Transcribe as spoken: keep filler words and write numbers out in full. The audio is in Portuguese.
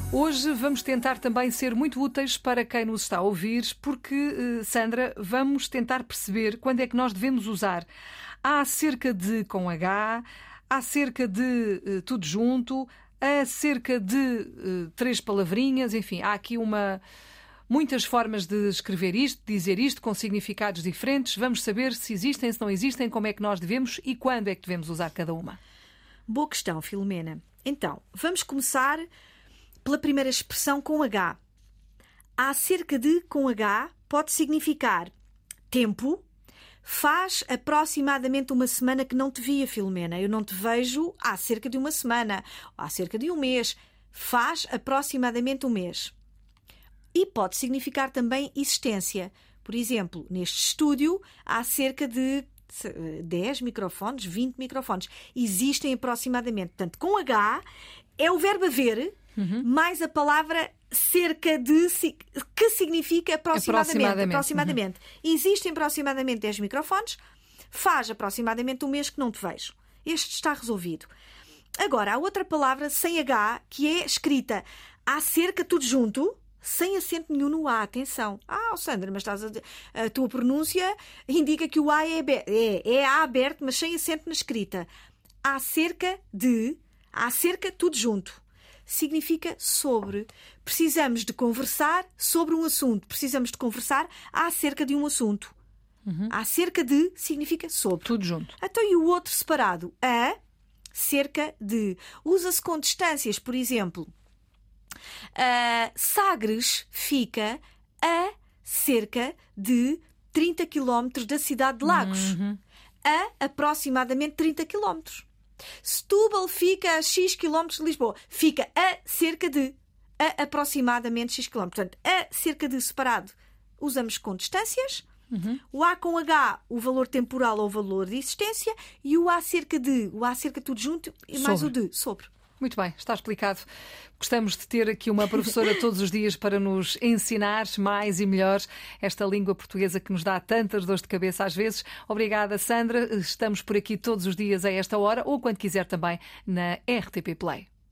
Hoje vamos tentar também ser muito úteis para quem nos está a ouvir, porque, Sandra, vamos tentar perceber quando é que nós devemos usar há cerca de com H, há cerca de uh, tudo junto, há cerca de uh, três palavrinhas, enfim, há aqui uma... muitas formas de escrever isto, de dizer isto, com significados diferentes. Vamos saber se existem, se não existem, como é que nós devemos e quando é que devemos usar cada uma. Boa questão, Filomena. Então, vamos começar pela primeira expressão com H. Há cerca de com H pode significar tempo. Faz aproximadamente uma semana que não te via, Filomena. Eu não te vejo há cerca de uma semana, ou há cerca de um mês. Faz aproximadamente um mês. E pode significar também existência. Por exemplo, neste estúdio há cerca de dez microfones, vinte microfones. Existem aproximadamente. Portanto, com H é o verbo haver, uhum. mais a palavra cerca de, que significa aproximadamente. aproximadamente. aproximadamente. Uhum. Existem aproximadamente dez microfones. Faz aproximadamente um mês que não te vejo. Este está resolvido. Agora, há outra palavra sem H que é escrita há cerca, tudo junto, sem acento nenhum no A. Atenção. Ah, Sandra, mas estás a, a tua pronúncia indica que o A é, é, é A aberto, mas sem acento na escrita. Há cerca de, há cerca, tudo junto. Significa sobre. Precisamos de conversar sobre um assunto. Precisamos de conversar acerca de um assunto. Uhum. Acerca de significa sobre. Tudo junto. Então, e o outro separado? A, cerca de. Usa-se com distâncias, por exemplo. Uh, Sagres fica a cerca de trinta quilómetros da cidade de Lagos. Uhum. A aproximadamente trinta quilómetros. Setúbal fica a X quilómetros de Lisboa. Fica a cerca de, a aproximadamente X quilómetros. Portanto, a cerca de separado usamos com distâncias. Uhum. O A com H, o valor temporal ou o valor de existência. E o A cerca de, o A cerca tudo junto e mais o de, sobre. Muito bem, está explicado. Gostamos de ter aqui uma professora todos os dias para nos ensinar mais e melhor esta língua portuguesa que nos dá tantas dores de cabeça às vezes. Obrigada, Sandra. Estamos por aqui todos os dias a esta hora ou quando quiser também na R T P Play.